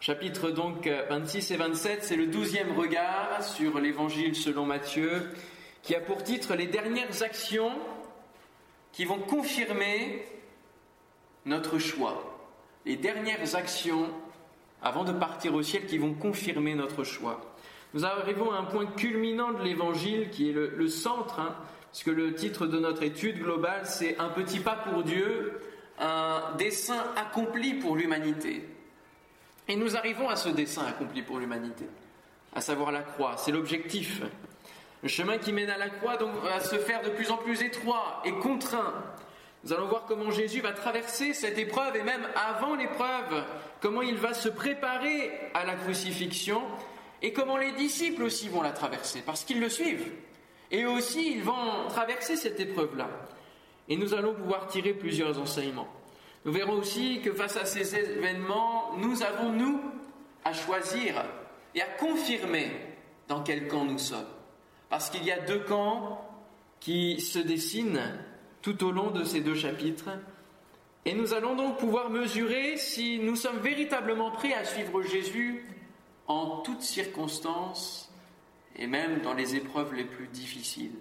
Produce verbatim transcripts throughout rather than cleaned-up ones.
Chapitre donc vingt-six et vingt-sept, c'est le douzième regard sur l'évangile selon Matthieu, qui a pour titre « Les dernières actions qui vont confirmer notre choix ». Les dernières actions, avant de partir au ciel, qui vont confirmer notre choix. Nous arrivons à un point culminant de l'évangile qui est le, le centre, hein, parce que le titre de notre étude globale, c'est « Un petit pas pour Dieu, un dessein accompli pour l'humanité ». Et nous arrivons à ce dessein accompli pour l'humanité, à savoir la croix, c'est l'objectif. Le chemin qui mène à la croix donc, va se faire de plus en plus étroit et contraint. Nous allons voir comment Jésus va traverser cette épreuve et même avant l'épreuve, comment il va se préparer à la crucifixion et comment les disciples aussi vont la traverser, parce qu'ils le suivent. Et eux aussi, ils vont traverser cette épreuve-là. Et nous allons pouvoir tirer plusieurs enseignements. Nous verrons aussi que face à ces événements, nous avons, nous, à choisir et à confirmer dans quel camp nous sommes. Parce qu'il y a deux camps qui se dessinent tout au long de ces deux chapitres. Et nous allons donc pouvoir mesurer si nous sommes véritablement prêts à suivre Jésus en toutes circonstances et même dans les épreuves les plus difficiles.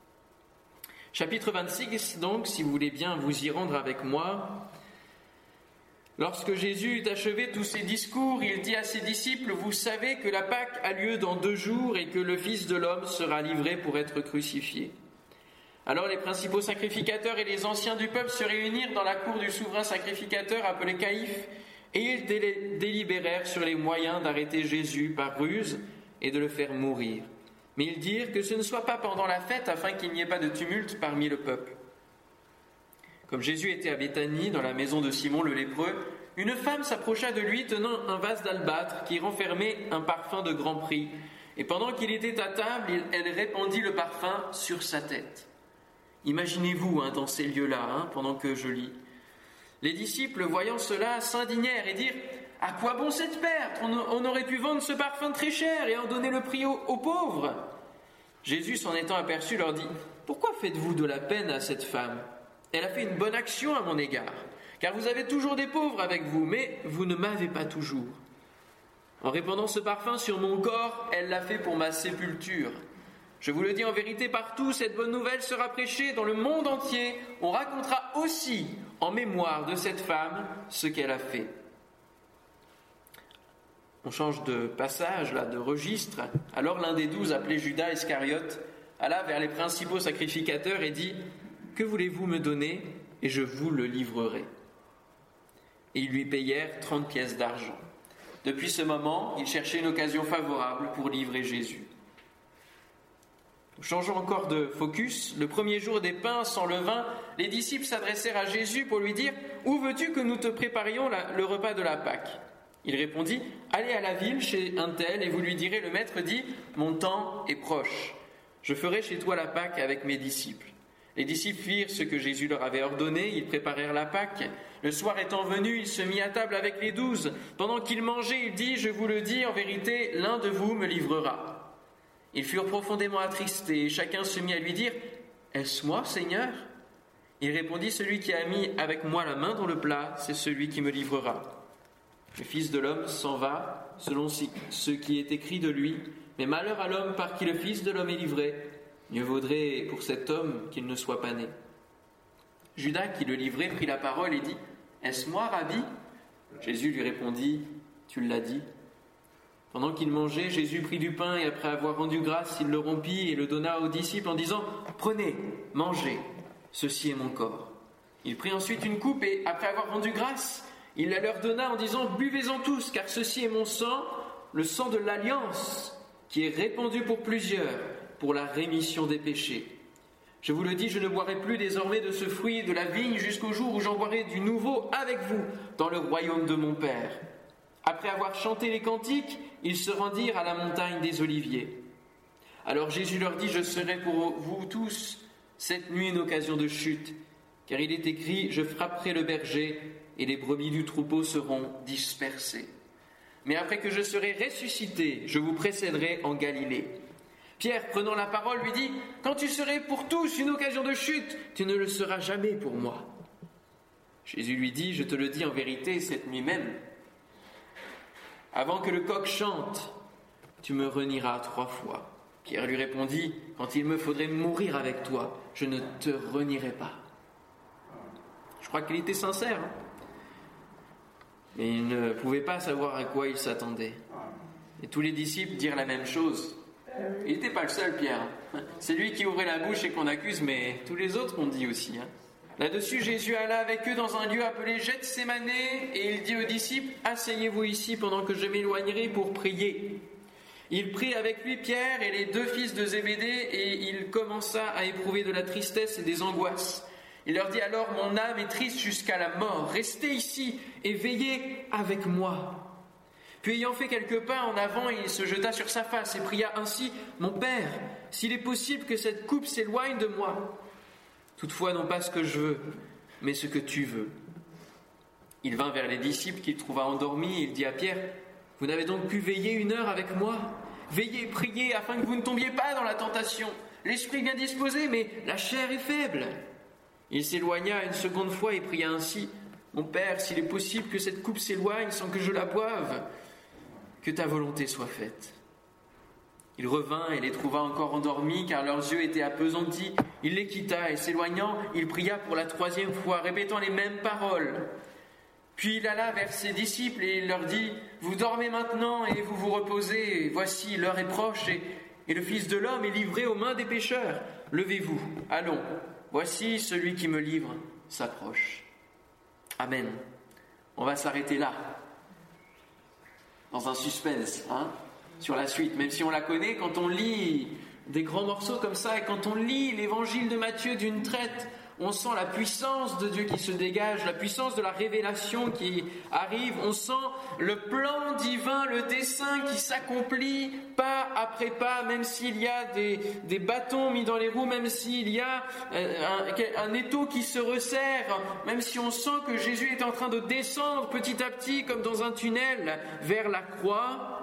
Chapitre vingt-six, donc, si vous voulez bien vous y rendre avec moi. Lorsque Jésus eut achevé tous ses discours, il dit à ses disciples « Vous savez que la Pâque a lieu dans deux jours et que le Fils de l'homme sera livré pour être crucifié. » Alors les principaux sacrificateurs et les anciens du peuple se réunirent dans la cour du souverain sacrificateur appelé Caïphe, et ils délé- délibérèrent sur les moyens d'arrêter Jésus par ruse et de le faire mourir. Mais ils dirent que ce ne soit pas pendant la fête afin qu'il n'y ait pas de tumulte parmi le peuple. Comme Jésus était à Béthanie, dans la maison de Simon le lépreux, une femme s'approcha de lui tenant un vase d'albâtre qui renfermait un parfum de grand prix. Et pendant qu'il était à table, elle répandit le parfum sur sa tête. Imaginez-vous hein, dans ces lieux-là, hein, pendant que je lis. Les disciples, voyant cela, s'indignèrent et dirent « À quoi bon cette perte ? on, on aurait pu vendre ce parfum très cher et en donner le prix aux, aux pauvres. » Jésus, s'en étant aperçu, leur dit « Pourquoi faites-vous de la peine à cette femme ? Elle a fait une bonne action à mon égard, car vous avez toujours des pauvres avec vous, mais vous ne m'avez pas toujours. En répandant ce parfum sur mon corps, elle l'a fait pour ma sépulture. Je vous le dis en vérité, partout, cette bonne nouvelle sera prêchée dans le monde entier. On racontera aussi, en mémoire de cette femme, ce qu'elle a fait. » On change de passage, là, de registre. Alors l'un des douze, appelé Judas Iscariote, alla vers les principaux sacrificateurs et dit « Que voulez-vous me donner et je vous le livrerai ?» Et ils lui payèrent trente pièces d'argent. Depuis ce moment, il cherchait une occasion favorable pour livrer Jésus. Changeons encore de focus. Le premier jour des pains sans levain, les disciples s'adressèrent à Jésus pour lui dire « Où veux-tu que nous te préparions la, le repas de la Pâque ?» Il répondit « Allez à la ville chez un tel et vous lui direz, le maître dit « Mon temps est proche. Je ferai chez toi la Pâque avec mes disciples. » Les disciples firent ce que Jésus leur avait ordonné, ils préparèrent la Pâque. Le soir étant venu, il se mit à table avec les douze. Pendant qu'ils mangeaient, il dit « Je vous le dis, en vérité, l'un de vous me livrera. » Ils furent profondément attristés, et chacun se mit à lui dire « Est-ce moi, Seigneur ?» Il répondit « Celui qui a mis avec moi la main dans le plat, c'est celui qui me livrera. » Le Fils de l'homme s'en va, selon ce qui est écrit de lui, mais malheur à l'homme par qui le Fils de l'homme est livré. Mieux vaudrait pour cet homme qu'il ne soit pas né. Judas, qui le livrait, prit la parole et dit « Est-ce moi, Rabbi ?» Jésus lui répondit « Tu l'as dit. » Pendant qu'il mangeait, Jésus prit du pain et après avoir rendu grâce, il le rompit et le donna aux disciples en disant « Prenez, mangez, ceci est mon corps. » Il prit ensuite une coupe et après avoir rendu grâce, il la leur donna en disant « Buvez-en tous, car ceci est mon sang, le sang de l'alliance, qui est répandu pour plusieurs, pour la rémission des péchés. Je vous le dis, je ne boirai plus désormais de ce fruit de la vigne jusqu'au jour où j'en boirai du nouveau avec vous dans le royaume de mon Père. » Après avoir chanté les cantiques, ils se rendirent à la montagne des Oliviers. Alors Jésus leur dit « Je serai pour vous tous cette nuit une occasion de chute, car il est écrit « Je frapperai le berger et les brebis du troupeau seront dispersées. Mais après que je serai ressuscité, je vous précéderai en Galilée. » Pierre, prenant la parole, lui dit « Quand tu serais pour tous une occasion de chute, tu ne le seras jamais pour moi. » Jésus lui dit « Je te le dis en vérité, cette nuit même, Avant que le coq chante, tu me renieras trois fois. » Pierre lui répondit, « Quand il me faudrait mourir avec toi, je ne te renierai pas. » Je crois qu'il était sincère, hein, mais il ne pouvait pas savoir à quoi il s'attendait. Et tous les disciples dirent la même chose. Il n'était pas le seul, Pierre. C'est lui qui ouvrait la bouche et qu'on accuse, mais tous les autres ont dit aussi. Hein. Là-dessus, Jésus alla avec eux dans un lieu appelé Gethsémane et il dit aux disciples, « Asseyez-vous ici pendant que je m'éloignerai pour prier. » Il prit avec lui Pierre et les deux fils de Zébédée et il commença à éprouver de la tristesse et des angoisses. Il leur dit alors, « Mon âme est triste jusqu'à la mort. Restez ici et veillez avec moi. » Puis ayant fait quelques pas en avant, il se jeta sur sa face et pria ainsi, « Mon Père, s'il est possible que cette coupe s'éloigne de moi. Toutefois, non pas ce que je veux, mais ce que tu veux. » Il vint vers les disciples qu'il trouva endormis et il dit à Pierre, « Vous n'avez donc pu veiller une heure avec moi ? Veillez et priez afin que vous ne tombiez pas dans la tentation. L'esprit est bien disposé, mais la chair est faible. » Il s'éloigna une seconde fois et pria ainsi, « Mon Père, s'il est possible que cette coupe s'éloigne sans que je la boive, que ta volonté soit faite. » Il revint et les trouva encore endormis, car leurs yeux étaient appesantis. Il les quitta et s'éloignant, il pria pour la troisième fois, répétant les mêmes paroles. Puis il alla vers ses disciples et il leur dit, « Vous dormez maintenant et vous vous reposez. Voici, l'heure est proche et, et le Fils de l'homme est livré aux mains des pécheurs. Levez-vous, allons. Voici celui qui me livre s'approche. » Amen. On va s'arrêter là, dans un suspense, hein, sur la suite. Même si on la connaît, quand on lit des grands morceaux comme ça et quand on lit l'évangile de Matthieu d'une traite, on sent la puissance de Dieu qui se dégage, la puissance de la révélation qui arrive. On sent le plan divin, le dessein qui s'accomplit pas après pas, même s'il y a des, des bâtons mis dans les roues, même s'il y a un, un étau qui se resserre, même si on sent que Jésus est en train de descendre petit à petit, comme dans un tunnel, vers la croix.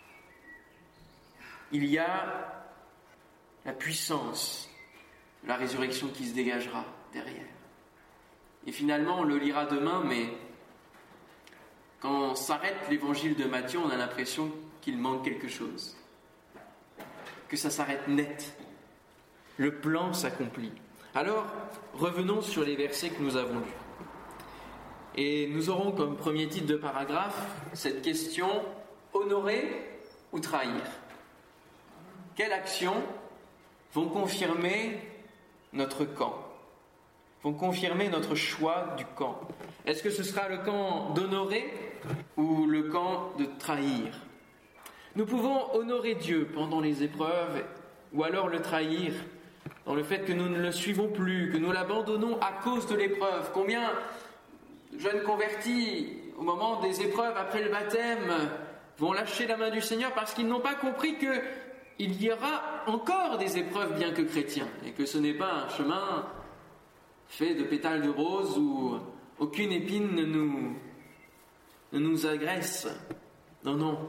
Il y a la puissance de la résurrection qui se dégagera derrière. Et finalement, on le lira demain, mais quand on s'arrête l'évangile de Matthieu, on a l'impression qu'il manque quelque chose. Que ça s'arrête net. Le plan s'accomplit. Alors, revenons sur les versets que nous avons lus. Et nous aurons comme premier titre de paragraphe cette question, honorer ou trahir ? Quelles actions vont confirmer notre camp ? Vont confirmer notre choix du camp. Est-ce que ce sera le camp d'honorer ou le camp de trahir ? Nous pouvons honorer Dieu pendant les épreuves ou alors le trahir dans le fait que nous ne le suivons plus, que nous l'abandonnons à cause de l'épreuve. Combien de jeunes convertis au moment des épreuves après le baptême vont lâcher la main du Seigneur parce qu'ils n'ont pas compris qu'il y aura encore des épreuves bien que chrétiens et que ce n'est pas un chemin fait de pétales de rose où aucune épine ne nous, ne nous agresse. Non, non.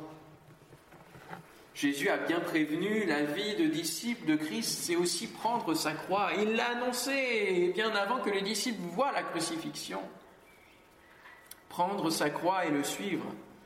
Jésus a bien prévenu, la vie de disciple de Christ, c'est aussi prendre sa croix. Il l'a annoncé bien avant que les disciples voient la crucifixion. Prendre sa croix et le suivre.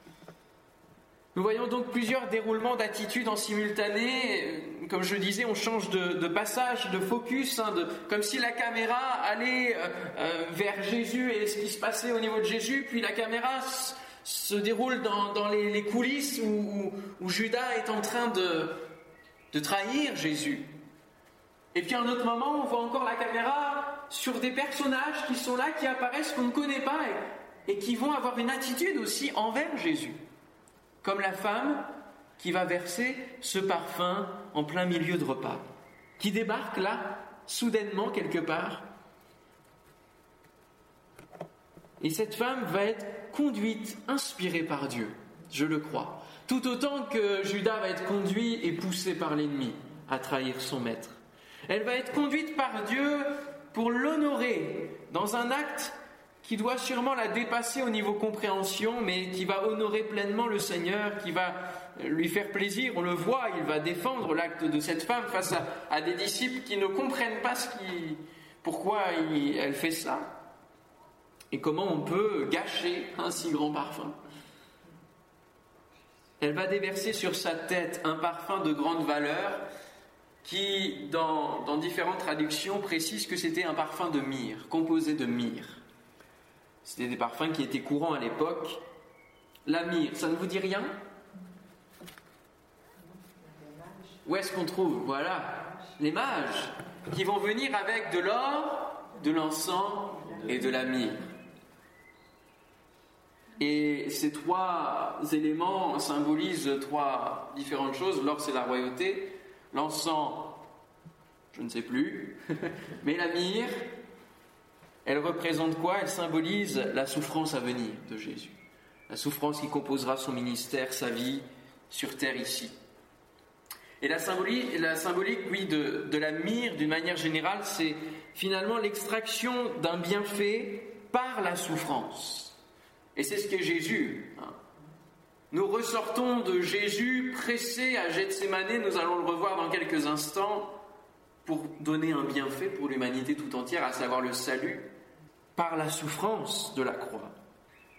Nous voyons donc plusieurs déroulements d'attitudes en simultané. Comme je disais, on change de, de passage, de focus, hein, de, comme si la caméra allait euh, euh, vers Jésus et ce qui se passait au niveau de Jésus, puis la caméra s- se déroule dans, dans les, les coulisses où, où, où Judas est en train de, de trahir Jésus. Et puis à un autre moment, on voit encore la caméra sur des personnages qui sont là, qui apparaissent, qu'on ne connaît pas et, et qui vont avoir une attitude aussi envers Jésus. Comme la femme qui va verser ce parfum en plein milieu de repas, qui débarque là, soudainement quelque part. Et cette femme va être conduite, inspirée par Dieu, je le crois, tout autant que Judas va être conduit et poussé par l'ennemi à trahir son maître. Elle va être conduite par Dieu pour l'honorer dans un acte qui doit sûrement la dépasser au niveau compréhension, mais qui va honorer pleinement le Seigneur, qui va lui faire plaisir. On le voit, il va défendre l'acte de cette femme face à, à des disciples qui ne comprennent pas ce qui, pourquoi il, elle fait ça, et comment on peut gâcher un si grand parfum. elle va déverser sur sa tête un parfum de grande valeur qui, dans, dans différentes traductions, précise que c'était un parfum de myrrhe, composé de myrrhe. C'était des parfums qui étaient courants à l'époque. La myrrhe, ça ne vous dit rien ? Où est-ce qu'on trouve ? Voilà, les mages qui vont venir avec de l'or, de l'encens et de la myrrhe. Et ces trois éléments symbolisent trois différentes choses. L'or, c'est la royauté. L'encens, je ne sais plus. Mais la myrrhe, elle représente quoi ? Elle symbolise la souffrance à venir de Jésus. La souffrance qui composera son ministère, sa vie sur terre ici. Et la symbolique, la symbolique oui, de, de la myrrhe, d'une manière générale, c'est finalement l'extraction d'un bienfait par la souffrance. Et c'est ce qu'est Jésus. Nous ressortons de Jésus pressé à Gethsémanée, nous allons le revoir dans quelques instants, pour donner un bienfait pour l'humanité tout entière, à savoir le salut, par la souffrance de la croix. Pourquoi ?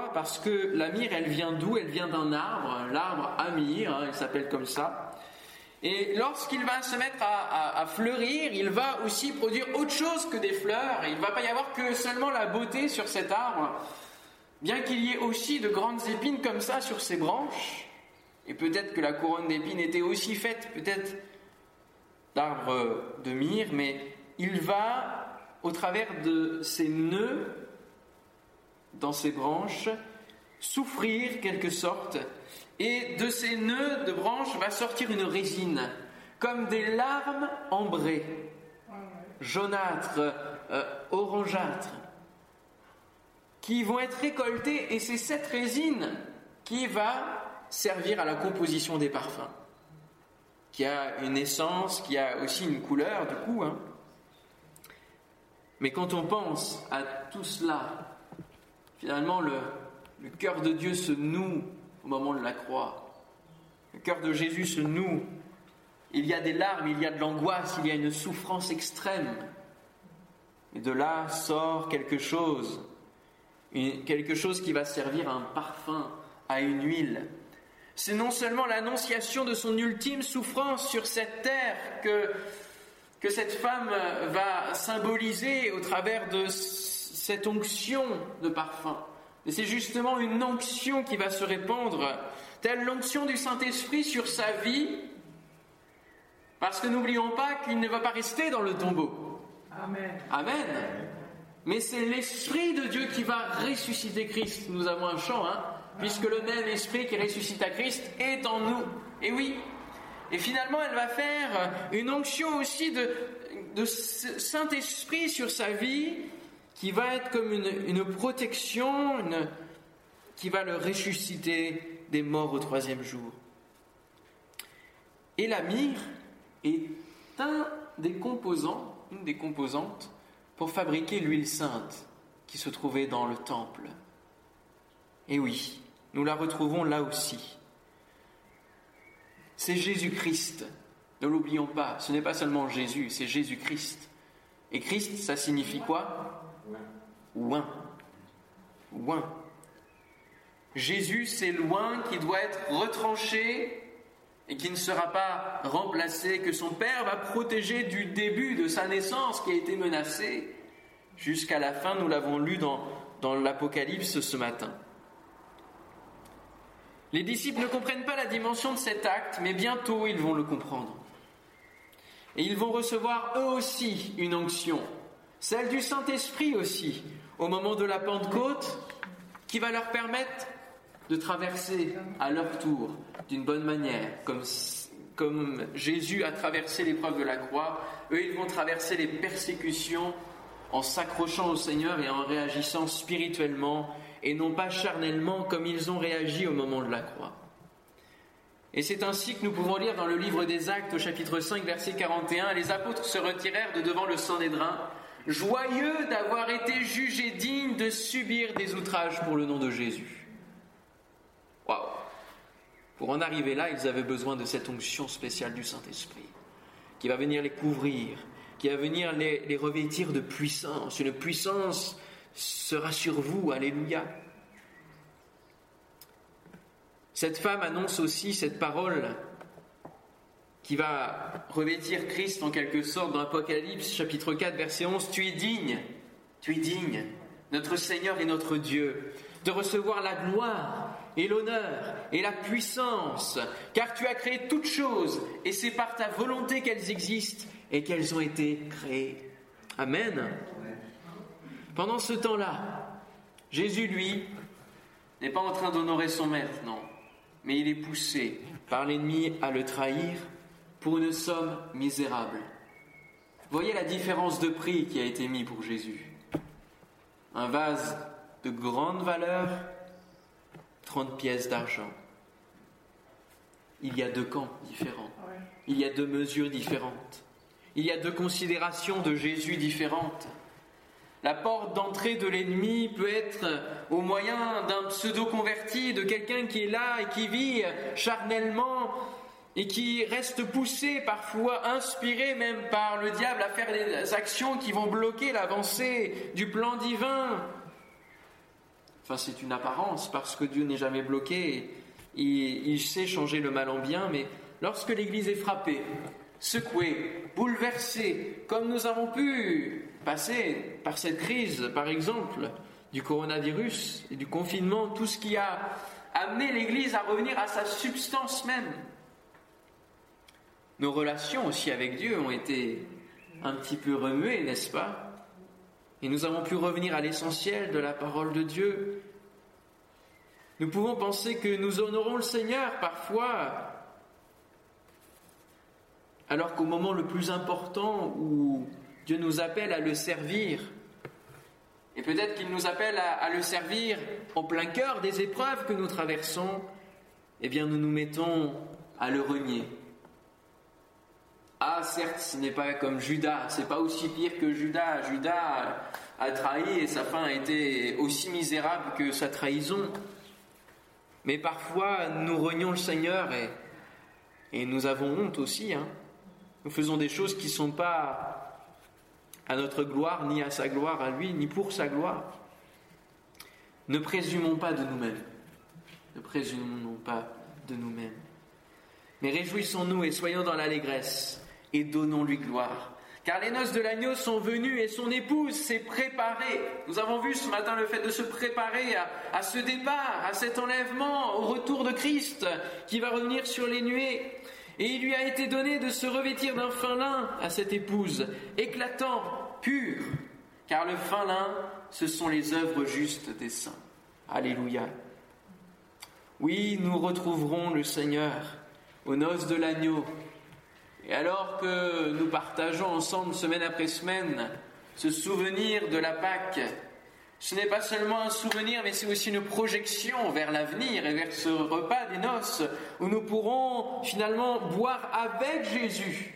Parce que la myrrhe, elle vient d'où ? Elle vient d'un arbre, l'arbre Amir, hein, il s'appelle comme ça. Et lorsqu'il va se mettre à, à, à fleurir, il va aussi produire autre chose que des fleurs. Il ne va pas y avoir que seulement la beauté sur cet arbre, bien qu'il y ait aussi de grandes épines comme ça sur ses branches. Et peut-être que la couronne d'épines était aussi faite, peut-être d'arbres de myrrhe, mais il va, au travers de ses nœuds, dans ses branches, souffrir quelque sorte, et de ces nœuds de branches va sortir une résine, comme des larmes ambrées, jaunâtres, euh, orangeâtres, qui vont être récoltées, et c'est cette résine qui va servir à la composition des parfums, qui a une essence, qui a aussi une couleur du coup. Hein. Mais quand on pense à tout cela, finalement le, le cœur de Dieu se noue au moment de la croix. Le cœur de Jésus se noue. Il y a des larmes, il y a de l'angoisse, il y a une souffrance extrême. Et de là sort quelque chose, une, quelque chose qui va servir à un parfum, à une huile. C'est non seulement l'annonciation de son ultime souffrance sur cette terre que, que cette femme va symboliser au travers de cette onction de parfum. Et c'est justement une onction qui va se répandre, telle l'onction du Saint-Esprit sur sa vie, parce que n'oublions pas qu'il ne va pas rester dans le tombeau. Amen. Amen. Mais c'est l'Esprit de Dieu qui va ressusciter Christ. Nous avons un chant, hein, puisque le même Esprit qui ressuscita Christ est en nous. Et oui. Et finalement, elle va faire une onction aussi de, de Saint-Esprit sur sa vie, qui va être comme une, une protection, une, qui va le ressusciter des morts au troisième jour. Et la myrrhe est un des composants, une des composantes pour fabriquer l'huile sainte qui se trouvait dans le temple. Et oui, nous la retrouvons là aussi. C'est Jésus-Christ, ne l'oublions pas, ce n'est pas seulement Jésus, c'est Jésus-Christ. Et Christ, ça signifie quoi ? Oint. Oint. Jésus, c'est l'oint qui doit être retranché et qui ne sera pas remplacé, que son Père va protéger du début de sa naissance qui a été menacée jusqu'à la fin. Nous l'avons lu dans, dans l'Apocalypse ce matin. Les disciples ne comprennent pas la dimension de cet acte, mais bientôt ils vont le comprendre. Et ils vont recevoir eux aussi une onction, celle du Saint-Esprit aussi, au moment de la Pentecôte, qui va leur permettre de traverser à leur tour d'une bonne manière, comme, comme Jésus a traversé l'épreuve de la croix. Eux, ils vont traverser les persécutions en s'accrochant au Seigneur et en réagissant spirituellement et non pas charnellement comme ils ont réagi au moment de la croix. Et c'est ainsi que nous pouvons lire dans le livre des Actes au chapitre cinq, verset quarante et un, « Les apôtres se retirèrent de devant le Sanhédrin, joyeux d'avoir été jugés dignes de subir des outrages pour le nom de Jésus. » Waouh! Pour en arriver là, ils avaient besoin de cette onction spéciale du Saint-Esprit, qui va venir les couvrir, qui va venir les, les revêtir de puissance. Une puissance sera sur vous, alléluia. Cette femme annonce aussi cette parole qui va revêtir Christ en quelque sorte dans Apocalypse chapitre quatre verset onze. Tu es digne, tu es digne, notre Seigneur et notre Dieu, de recevoir la gloire et l'honneur et la puissance, car tu as créé toutes choses et c'est par ta volonté qu'elles existent et qu'elles ont été créées. Amen. Pendant ce temps-là, Jésus, lui, n'est pas en train d'honorer son maître, non, mais il est poussé par l'ennemi à le trahir pour une somme misérable. Voyez la différence de prix qui a été mise pour Jésus. Un vase de grande valeur, trente pièces d'argent. Il y a deux camps différents. Il y a deux mesures différentes. Il y a deux considérations de Jésus différentes. La porte d'entrée de l'ennemi peut être au moyen d'un pseudo-converti, de quelqu'un qui est là et qui vit charnellement et qui reste poussé, parfois inspiré même par le diable à faire des actions qui vont bloquer l'avancée du plan divin. Enfin, c'est une apparence, parce que Dieu n'est jamais bloqué. Il, il sait changer le mal en bien, mais lorsque l'Église est frappée, secouée, bouleversée, comme nous avons pu passer par cette crise, par exemple, du coronavirus et du confinement, tout ce qui a amené l'Église à revenir à sa substance même. Nos relations aussi avec Dieu ont été un petit peu remuées, n'est-ce pas ? Et nous avons pu revenir à l'essentiel de la parole de Dieu. Nous pouvons penser que nous honorons le Seigneur parfois, alors qu'au moment le plus important où Dieu nous appelle à le servir, et peut-être qu'il nous appelle à, à le servir en plein cœur des épreuves que nous traversons, eh bien nous nous mettons à le renier. Ah, certes, ce n'est pas comme Judas, c'est pas aussi pire que Judas. Judas a trahi et sa fin a été aussi misérable que sa trahison. Mais parfois, nous renions le Seigneur et, et nous avons honte aussi. Hein. Nous faisons des choses qui ne sont pas à notre gloire, ni à sa gloire, à lui, ni pour sa gloire. Ne présumons pas de nous-mêmes. Ne présumons pas de nous-mêmes. Mais réjouissons-nous et soyons dans l'allégresse et donnons-lui gloire. Car les noces de l'agneau sont venues et son épouse s'est préparée. Nous avons vu ce matin le fait de se préparer à, à ce départ, à cet enlèvement, au retour de Christ qui va revenir sur les nuées. Et il lui a été donné de se revêtir d'un fin lin à cette épouse, éclatant, pur. Car le fin lin, ce sont les œuvres justes des saints. Alléluia. Oui, nous retrouverons le Seigneur aux noces de l'agneau. Et alors que nous partageons ensemble, semaine après semaine, ce souvenir de la Pâque, ce n'est pas seulement un souvenir, mais c'est aussi une projection vers l'avenir et vers ce repas des noces, où nous pourrons finalement boire avec Jésus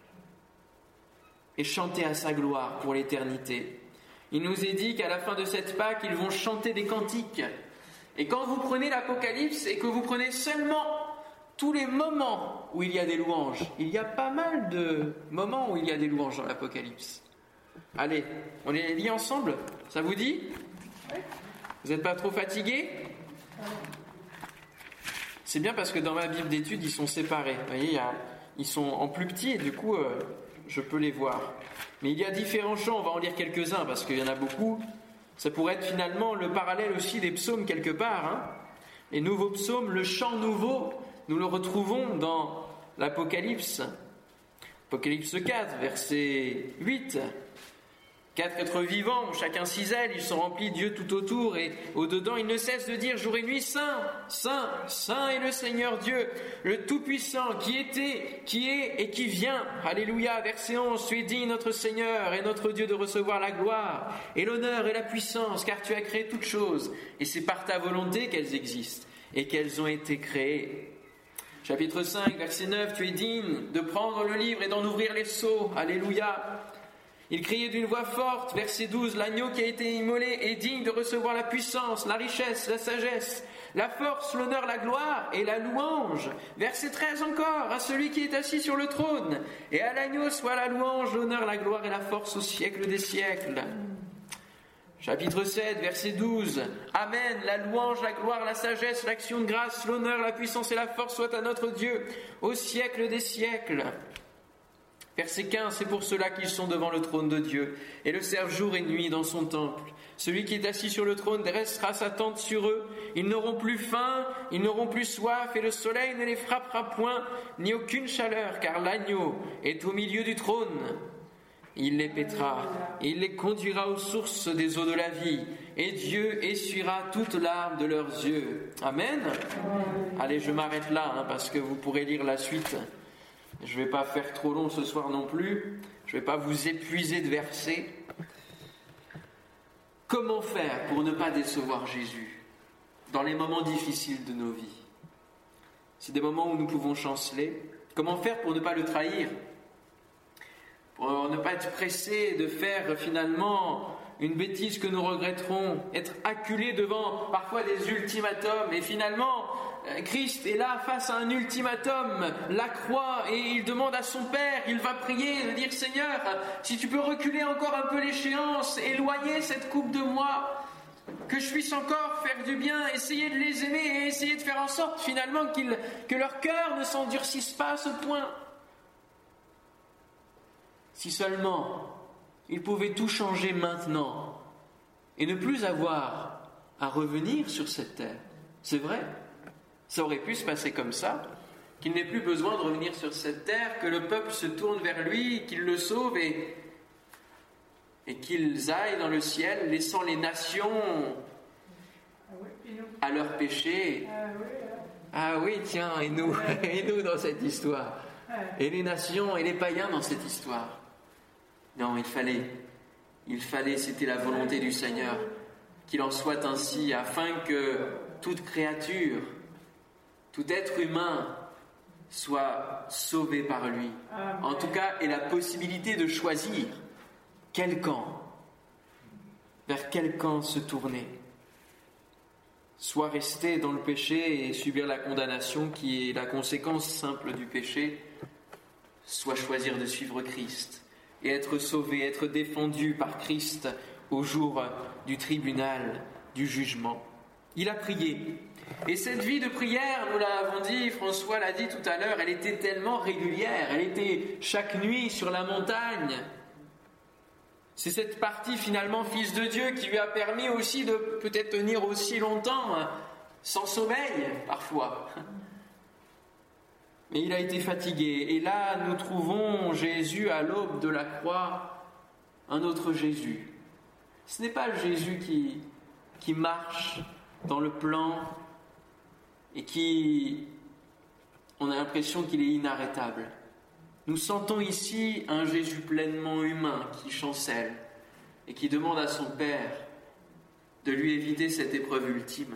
et chanter à sa gloire pour l'éternité. Il nous est dit qu'à la fin de cette Pâque, ils vont chanter des cantiques. Et quand vous prenez l'Apocalypse et que vous prenez seulement tous les moments où il y a des louanges, il y a pas mal de moments où il y a des louanges dans l'Apocalypse. Allez, on les lit ensemble, ça vous dit ? Vous n'êtes pas trop fatigués ? C'est bien parce que dans ma Bible d'études, ils sont séparés. Vous voyez, il y a, ils sont en plus petit et du coup, euh, je peux les voir. Mais il y a différents chants, on va en lire quelques-uns parce qu'il y en a beaucoup. Ça pourrait être finalement le parallèle aussi des psaumes quelque part. Hein. Les nouveaux psaumes, le chant nouveau, nous le retrouvons dans l'Apocalypse. Apocalypse quatre, verset huit. Quatre êtres vivants, chacun six ailes, ils sont remplis de Dieu tout autour, et au-dedans, ils ne cessent de dire jour et nuit, Saint, Saint, Saint est le Seigneur Dieu, le Tout-Puissant, qui était, qui est et qui vient. Alléluia, verset onze, tu es digne, notre Seigneur et notre Dieu, de recevoir la gloire et l'honneur et la puissance, car tu as créé toutes choses, et c'est par ta volonté qu'elles existent et qu'elles ont été créées. Chapitre cinq, verset neuf, tu es digne de prendre le livre et d'en ouvrir les sceaux. Alléluia. Il criait d'une voix forte, verset douze, l'agneau qui a été immolé est digne de recevoir la puissance, la richesse, la sagesse, la force, l'honneur, la gloire et la louange. Verset treize encore, à celui qui est assis sur le trône, et à l'agneau soit la louange, l'honneur, la gloire et la force au siècle des siècles. Chapitre sept, verset douze. Amen. La louange, la gloire, la sagesse, l'action de grâce, l'honneur, la puissance et la force soient à notre Dieu, au siècle des siècles. Verset quinze. C'est pour cela qu'ils sont devant le trône de Dieu et le servent jour et nuit dans son temple. Celui qui est assis sur le trône dressera sa tente sur eux. Ils n'auront plus faim, ils n'auront plus soif, et le soleil ne les frappera point, ni aucune chaleur, car l'agneau est au milieu du trône. Il les paîtra, et il les conduira aux sources des eaux de la vie, et Dieu essuiera toute larme de leurs yeux. Amen. Allez, je m'arrête là, hein, parce que vous pourrez lire la suite. Je ne vais pas faire trop long ce soir non plus. Je ne vais pas vous épuiser de versets. Comment faire pour ne pas décevoir Jésus dans les moments difficiles de nos vies? C'est des moments où nous pouvons chanceler. Comment faire pour ne pas le trahir? Pour ne pas être pressé de faire finalement une bêtise que nous regretterons, être acculé devant parfois des ultimatums. Et finalement, Christ est là face à un ultimatum, la croix, et il demande à son Père, il va prier, de dire « Seigneur, si tu peux reculer encore un peu l'échéance, éloigner cette coupe de moi, que je puisse encore faire du bien, essayer de les aimer et essayer de faire en sorte finalement qu'ils, que leur cœur ne s'endurcisse pas à ce point. » Si seulement il pouvait tout changer maintenant et ne plus avoir à revenir sur cette terre. C'est vrai, ça aurait pu se passer comme ça, qu'il n'ait plus besoin de revenir sur cette terre, que le peuple se tourne vers lui, qu'il le sauve et, et qu'ils aillent dans le ciel, laissant les nations à leur péché. Ah oui, tiens, et nous, et nous dans cette histoire, et les nations et les païens dans cette histoire. Non, il fallait, il fallait, c'était la volonté du Seigneur, qu'il en soit ainsi, afin que toute créature, tout être humain soit sauvé par lui. En tout cas, ait la possibilité de choisir quel camp, vers quel camp se tourner. Soit rester dans le péché et subir la condamnation qui est la conséquence simple du péché, soit choisir de suivre Christ et être sauvé, être défendu par Christ au jour du tribunal, du jugement. Il a prié. Et cette vie de prière, nous l'avons dit, François l'a dit tout à l'heure, elle était tellement régulière, elle était chaque nuit sur la montagne. C'est cette partie finalement Fils de Dieu qui lui a permis aussi de peut-être tenir aussi longtemps, sans sommeil parfois. Mais il a été fatigué. Et là, nous trouvons Jésus à l'aube de la croix, un autre Jésus. Ce n'est pas le Jésus qui, qui marche dans le plan et qui, on a l'impression qu'il est inarrêtable. Nous sentons ici un Jésus pleinement humain qui chancelle et qui demande à son Père de lui éviter cette épreuve ultime.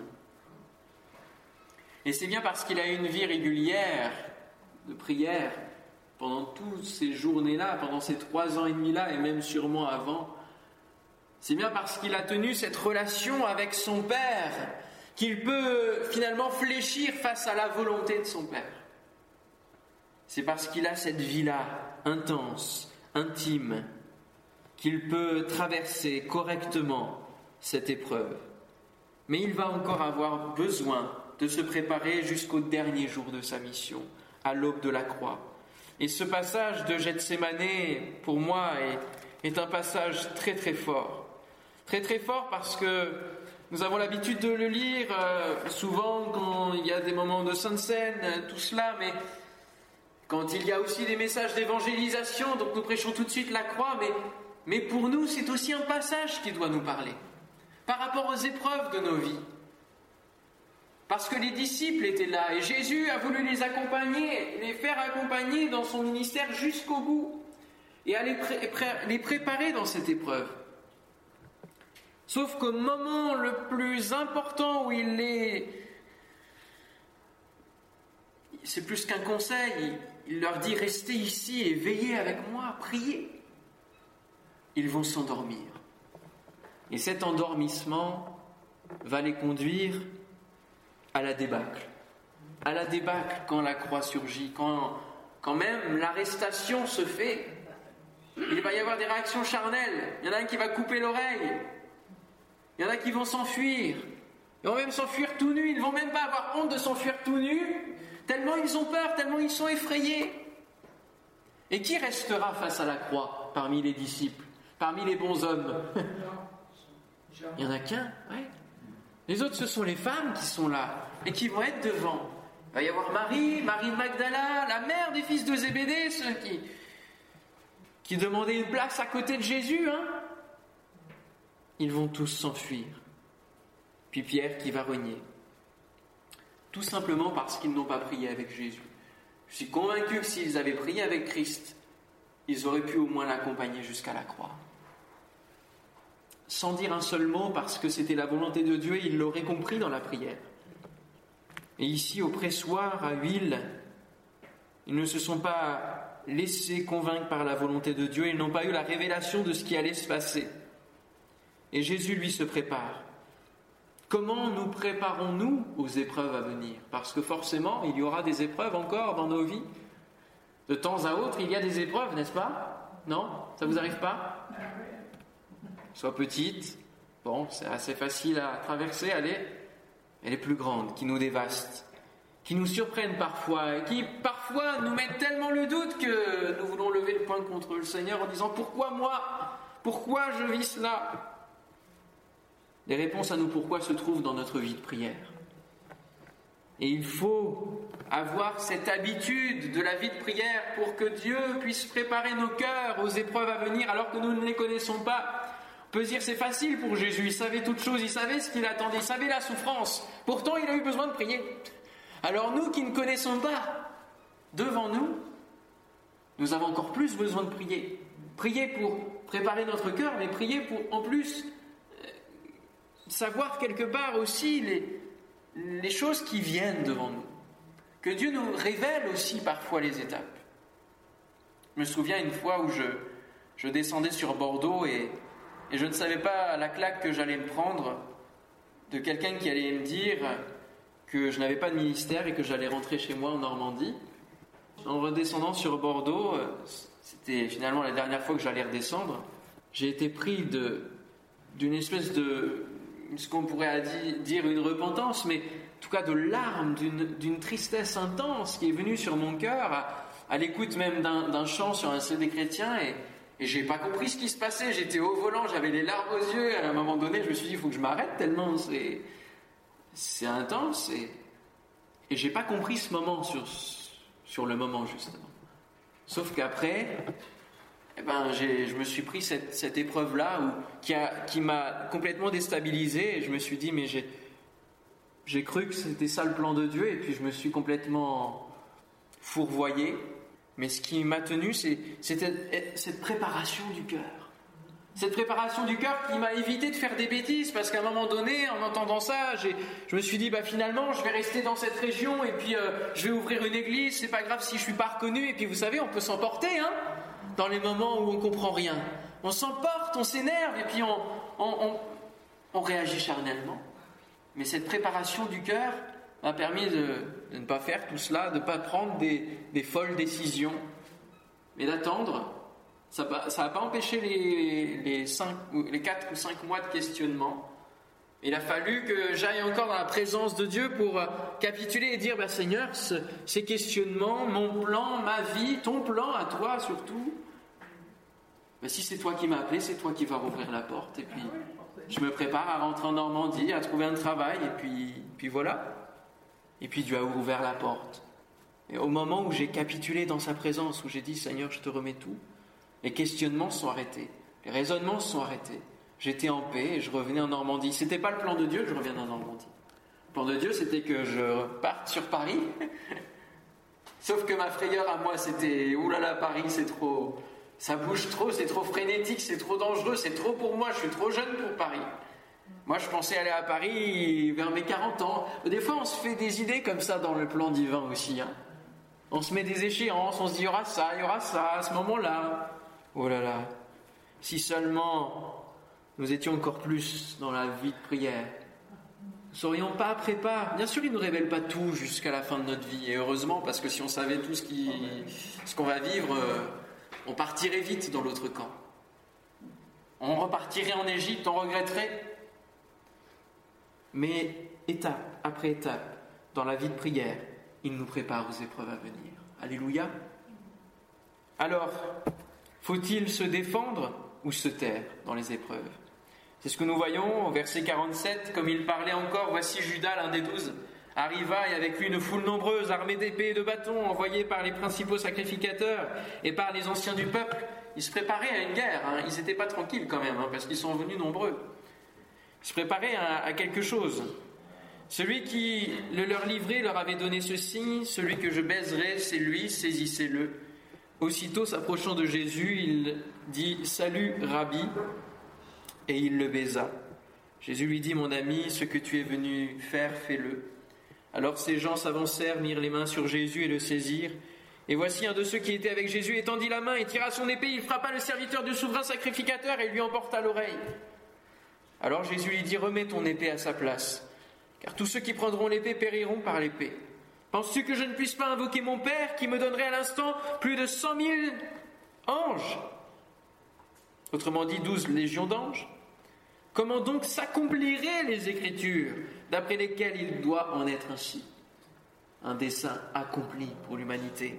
Et c'est bien parce qu'il a une vie régulière de prière pendant toutes ces journées-là, pendant ces trois ans et demi-là, et même sûrement avant. C'est bien parce qu'il a tenu cette relation avec son Père qu'il peut finalement fléchir face à la volonté de son Père. C'est parce qu'il a cette vie-là intense, intime, qu'il peut traverser correctement cette épreuve. Mais il va encore avoir besoin de se préparer jusqu'au dernier jour de sa mission, à l'aube de la croix. Et ce passage de Gethsémane, pour moi, est, est un passage très très fort. Très très fort parce que nous avons l'habitude de le lire euh, souvent quand il y a des moments de Sainte Seine, tout cela, mais quand il y a aussi des messages d'évangélisation, donc nous prêchons tout de suite la croix, mais, mais pour nous, c'est aussi un passage qui doit nous parler, par rapport aux épreuves de nos vies. Parce que les disciples étaient là, et Jésus a voulu les accompagner, les faire accompagner dans son ministère jusqu'au bout, et à les, pré- pré- les préparer dans cette épreuve. Sauf qu'au moment le plus important où il est... C'est plus qu'un conseil, il leur dit « Restez ici et veillez avec moi, priez ». Ils vont s'endormir. Et cet endormissement va les conduire à la débâcle. À la débâcle quand la croix surgit, quand, quand même l'arrestation se fait. Il va y avoir des réactions charnelles. Il y en a un qui va couper l'oreille. Il y en a qui vont s'enfuir. Ils vont même s'enfuir tout nus. Ils ne vont même pas avoir honte de s'enfuir tout nus, tellement ils ont peur, tellement ils sont effrayés. Et qui restera face à la croix parmi les disciples, parmi les bons hommes? Il n'y en a qu'un, ouais. Les autres, ce sont les femmes qui sont là et qui vont être devant. Il va y avoir Marie, Marie de Magdala, la mère des fils de Zébédée, ceux qui, qui demandaient une place à côté de Jésus. Hein. Ils vont tous s'enfuir. Puis Pierre qui va renier. Tout simplement parce qu'ils n'ont pas prié avec Jésus. Je suis convaincu que s'ils avaient prié avec Christ, ils auraient pu au moins l'accompagner jusqu'à la croix. Sans dire un seul mot, parce que c'était la volonté de Dieu, ils l'auraient compris dans la prière. Et ici, au pressoir, à huile, ils ne se sont pas laissés convaincre par la volonté de Dieu, ils n'ont pas eu la révélation de ce qui allait se passer. Et Jésus, lui, se prépare. Comment nous préparons-nous aux épreuves à venir? Parce que forcément, il y aura des épreuves encore dans nos vies. De temps à autre, il y a des épreuves, n'est-ce pas? Non? Ça vous arrive pas? Soit petite, bon, c'est assez facile à traverser, allez, et les plus grandes, qui nous dévastent, qui nous surprennent parfois, et qui parfois nous mettent tellement le doute que nous voulons lever le poing contre le Seigneur en disant « Pourquoi moi? Pourquoi je vis cela ?» Les réponses à nos pourquoi se trouvent dans notre vie de prière. Et il faut avoir cette habitude de la vie de prière pour que Dieu puisse préparer nos cœurs aux épreuves à venir alors que nous ne les connaissons pas. On peut se dire c'est facile pour Jésus, il savait toutes choses, il savait ce qu'il attendait, il savait la souffrance. Pourtant, il a eu besoin de prier. Alors nous qui ne connaissons pas, devant nous, nous avons encore plus besoin de prier. Prier pour préparer notre cœur, mais prier pour en plus savoir quelque part aussi les, les choses qui viennent devant nous. Que Dieu nous révèle aussi parfois les étapes. Je me souviens une fois où je, je descendais sur Bordeaux et, et je ne savais pas la claque que j'allais me prendre de quelqu'un qui allait me dire que je n'avais pas de ministère et que j'allais rentrer chez moi en Normandie. En redescendant sur Bordeaux, c'était finalement la dernière fois que j'allais redescendre, j'ai été pris de, d'une espèce de... ce qu'on pourrait dire une repentance, mais en tout cas de larmes, d'une, d'une tristesse intense qui est venue sur mon cœur, à, à l'écoute même d'un, d'un chant sur un C D chrétien, et, et j'ai pas compris ce qui se passait, j'étais au volant, j'avais les larmes aux yeux, et à un moment donné je me suis dit il faut que je m'arrête tellement c'est, c'est intense, et, et j'ai pas compris ce moment sur, sur le moment justement. Sauf qu'après, eh ben, j'ai, je me suis pris cette, cette épreuve-là où, qui, a, qui m'a complètement déstabilisé et je me suis dit mais j'ai, j'ai cru que c'était ça le plan de Dieu et puis je me suis complètement fourvoyé. Mais ce qui m'a tenu, c'est, c'était cette préparation du cœur. Cette préparation du cœur qui m'a évité de faire des bêtises parce qu'à un moment donné, en entendant ça, j'ai, je me suis dit bah finalement je vais rester dans cette région et puis euh, je vais ouvrir une église, c'est pas grave si je suis pas reconnu et puis vous savez on peut s'emporter hein dans les moments où on ne comprend rien. On s'emporte, on s'énerve et puis on, on, on, on réagit charnellement. Mais cette préparation du cœur m'a permis de, de ne pas faire tout cela, de ne pas prendre des, des folles décisions, mais d'attendre. Ça n'a pas empêché les, les, cinq, les quatre ou cinq mois de questionnement. Il a fallu que j'aille encore dans la présence de Dieu pour capituler et dire bah, « Seigneur, ce, ces questionnements, mon plan, ma vie, ton plan à toi surtout, bah, si c'est toi qui m'as appelé, c'est toi qui vas rouvrir la porte. » Et puis, je me prépare à rentrer en Normandie, à trouver un travail, et puis, puis voilà. Et puis Dieu a ouvert la porte. Et au moment où j'ai capitulé dans sa présence, où j'ai dit « Seigneur, je te remets tout », les questionnements se sont arrêtés, les raisonnements se sont arrêtés. J'étais en paix et je revenais en Normandie. C'était pas le plan de Dieu que je revienne en Normandie. Le plan de Dieu, c'était que je parte sur Paris. Sauf que ma frayeur à moi, c'était « Ouh là là, Paris, c'est trop... ça bouge trop, c'est trop frénétique, c'est trop dangereux, c'est trop pour moi, je suis trop jeune pour Paris. » Moi, je pensais aller à Paris vers mes quarante ans. Des fois, on se fait des idées comme ça dans le plan divin aussi. Hein. On se met des échéances, on se dit « Il y aura ça, il y aura ça, à ce moment-là. » Oh là là, si seulement nous étions encore plus dans la vie de prière, nous ne serions pas préparés. Bien sûr, il ne nous révèle pas tout jusqu'à la fin de notre vie, et heureusement, parce que si on savait tout ce, qui, ce qu'on va vivre, on partirait vite dans l'autre camp. On repartirait en Égypte, on regretterait. Mais étape après étape, dans la vie de prière, il nous prépare aux épreuves à venir. Alléluia. Alors, faut-il se défendre ou se taire dans les épreuves? C'est ce que nous voyons au verset quarante-sept, comme il parlait encore, voici Judas, l'un des douze, arriva et avec lui une foule nombreuse, armée d'épées et de bâtons, envoyés par les principaux sacrificateurs et par les anciens du peuple. Ils se préparaient à une guerre, hein. Ils n'étaient pas tranquilles quand même, hein, parce qu'ils sont venus nombreux. Ils se préparaient à, à quelque chose. Celui qui le leur livrait leur avait donné ce signe, celui que je baiserai, c'est lui, saisissez-le. Aussitôt s'approchant de Jésus, il dit « Salut, Rabbi !» et il le baisa. Jésus lui dit « Mon ami, ce que tu es venu faire, fais-le. » Alors ces gens s'avancèrent, mirent les mains sur Jésus et le saisirent. Et voici un de ceux qui étaient avec Jésus étendit la main et tira son épée. Il frappa le serviteur du souverain sacrificateur et lui emporta l'oreille. Alors Jésus lui dit « Remets ton épée à sa place, car tous ceux qui prendront l'épée périront par l'épée. Penses-tu que je ne puisse pas invoquer mon Père qui me donnerait à l'instant plus de cent mille anges ?» Autrement dit, douze légions d'anges. Comment donc s'accompliraient les Écritures, d'après lesquelles il doit en être ainsi? Un dessein accompli pour l'humanité.